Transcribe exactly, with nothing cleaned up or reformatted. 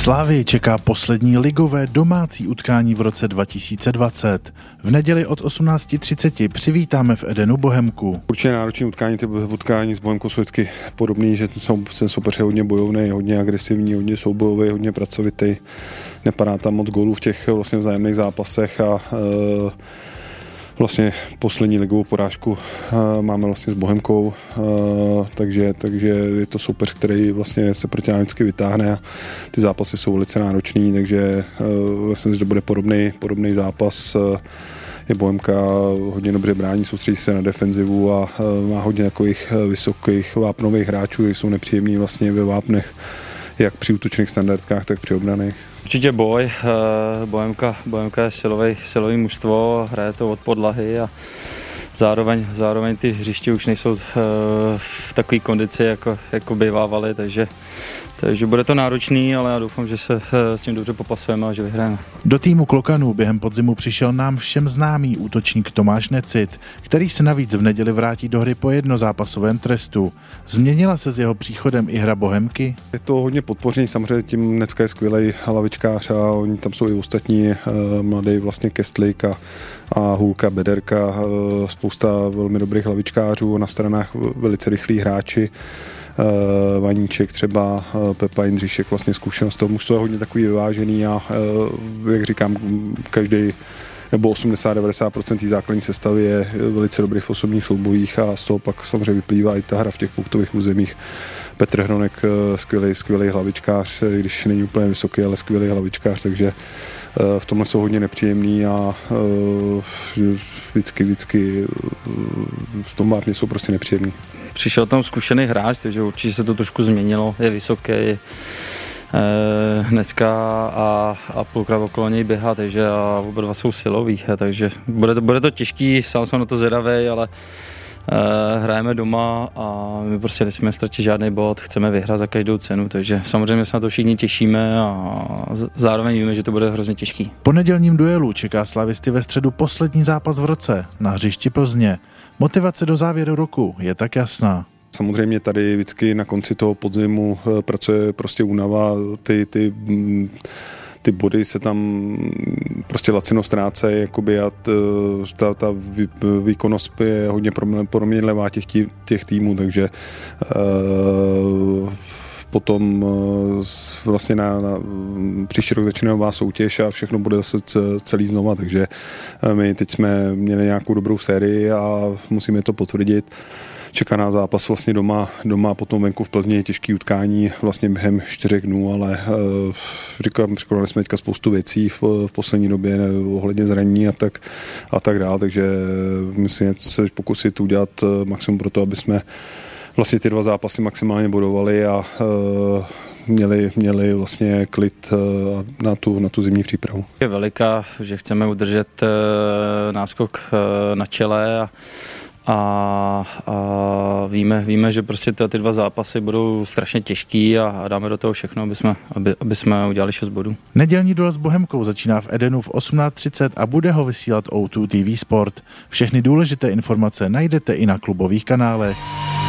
Slavii čeká poslední ligové domácí utkání v roce dva tisíce dvacet. V neděli od osmnáct třicet přivítáme v Edenu Bohemku. Určitě náročné utkání, ty utkání s Bohemkou jsou vždycky podobný, že ten soupeř je hodně bojovný, hodně agresivní, hodně soubojový, hodně pracovitý. Nepadá tam moc gólů v těch vlastně vzájemných zápasech a e, vlastně poslední ligovou porážku máme vlastně s Bohemkou, takže, takže je to soupeř, který vlastně se proti nám vždycky vytáhne a ty zápasy jsou velice náročný, takže myslím, že to bude podobný, podobný zápas. Je Bohemka hodně dobře brání, soustředí se na defenzivu a má hodně takových vysokých vápnových hráčů, kteří jsou nepříjemní vlastně ve vápnech, jak při útočných standardkách, tak při obraných. Určitě boj, Bohemka, Bohemka je silový, silový mužstvo, hraje to od podlahy a zároveň, zároveň ty hřiště už nejsou v takové kondici, jako, jako bývávaly, takže, takže bude to náročný, ale já doufám, že se s tím dobře popasujeme a že vyhrajeme. Do týmu Klokanů během podzimu přišel nám všem známý útočník Tomáš Necit, který se navíc v neděli vrátí do hry po jednozápasovém trestu. Změnila se s jeho příchodem i hra Bohemky? Je to hodně podpořený, samozřejmě tím Necka je skvělý hlavičkář a oni tam jsou i ostatní mladý vlastně Kestlík a, a Hůlka, Bederka, spousta velmi dobrých hlavičkářů, na stranách velice rychlí hráči. Uh, Vaníček třeba, uh, Pepa Jindříšek, vlastně zkušenost toho mužstva je hodně takový vyvážený a uh, jak říkám, každý nebo osmdesát až devadesát procent té základní sestavy je velice dobrý v osobních soubojích a z toho pak samozřejmě vyplývá i ta hra v těch punktových územích. Petr Hronek, skvělý, skvělý hlavičkář, i když není úplně vysoký, ale skvělý hlavičkář, takže v tomhle jsou hodně nepříjemný a vždycky, vždycky v tom vápně jsou prostě nepříjemný. Přišel tam zkušený hráč, takže určitě se to trošku změnilo, je vysoký, dneska a, a půlkrát okolo něj běhá, takže a oba dva jsou siloví, takže bude to, bude to těžký, sám jsem na to zvědavý, ale uh, hrajeme doma a my prostě nesmíme ztratit žádný bod, chceme vyhrát za každou cenu, takže samozřejmě se na to všichni těšíme a zároveň víme, že to bude hrozně těžký. Po nedělním duelu čeká slavisty ve středu poslední zápas v roce na hřišti Plzně. Motivace do závěru roku je tak jasná. Samozřejmě tady vždycky na konci toho podzimu pracuje prostě únava, ty, ty, ty body se tam prostě lacino ztrácejí, jakoby a ta, ta výkonnost je hodně proměnlivá těch, těch týmů, takže uh, potom vlastně na, na příští rok začíná nová soutěž a všechno bude zase celý znova, takže my teď jsme měli nějakou dobrou sérii a musíme to potvrdit. Čeká nás zápas vlastně doma, doma potom venku v Plzni, těžký utkání vlastně během čtyřech dnů, ale uh, říkám, překonali jsme teďka spoustu věcí v, v poslední době ne, ohledně zranění a tak, a tak dál, takže myslím, se pokusit udělat maximum pro to, aby jsme vlastně ty dva zápasy maximálně bodovali a uh, měli, měli vlastně klid uh, na, tu, na tu zimní přípravu. Je veliká, že chceme udržet uh, náskok uh, na čele a A, a víme, víme, že prostě ty, ty dva zápasy budou strašně těžký a, a dáme do toho všechno, aby jsme, aby, aby jsme udělali šest bodů. Nedělní duel s Bohemkou začíná v Edenu v osmnáct třicet a bude ho vysílat ó dva T V Sport. Všechny důležité informace najdete i na klubových kanálech.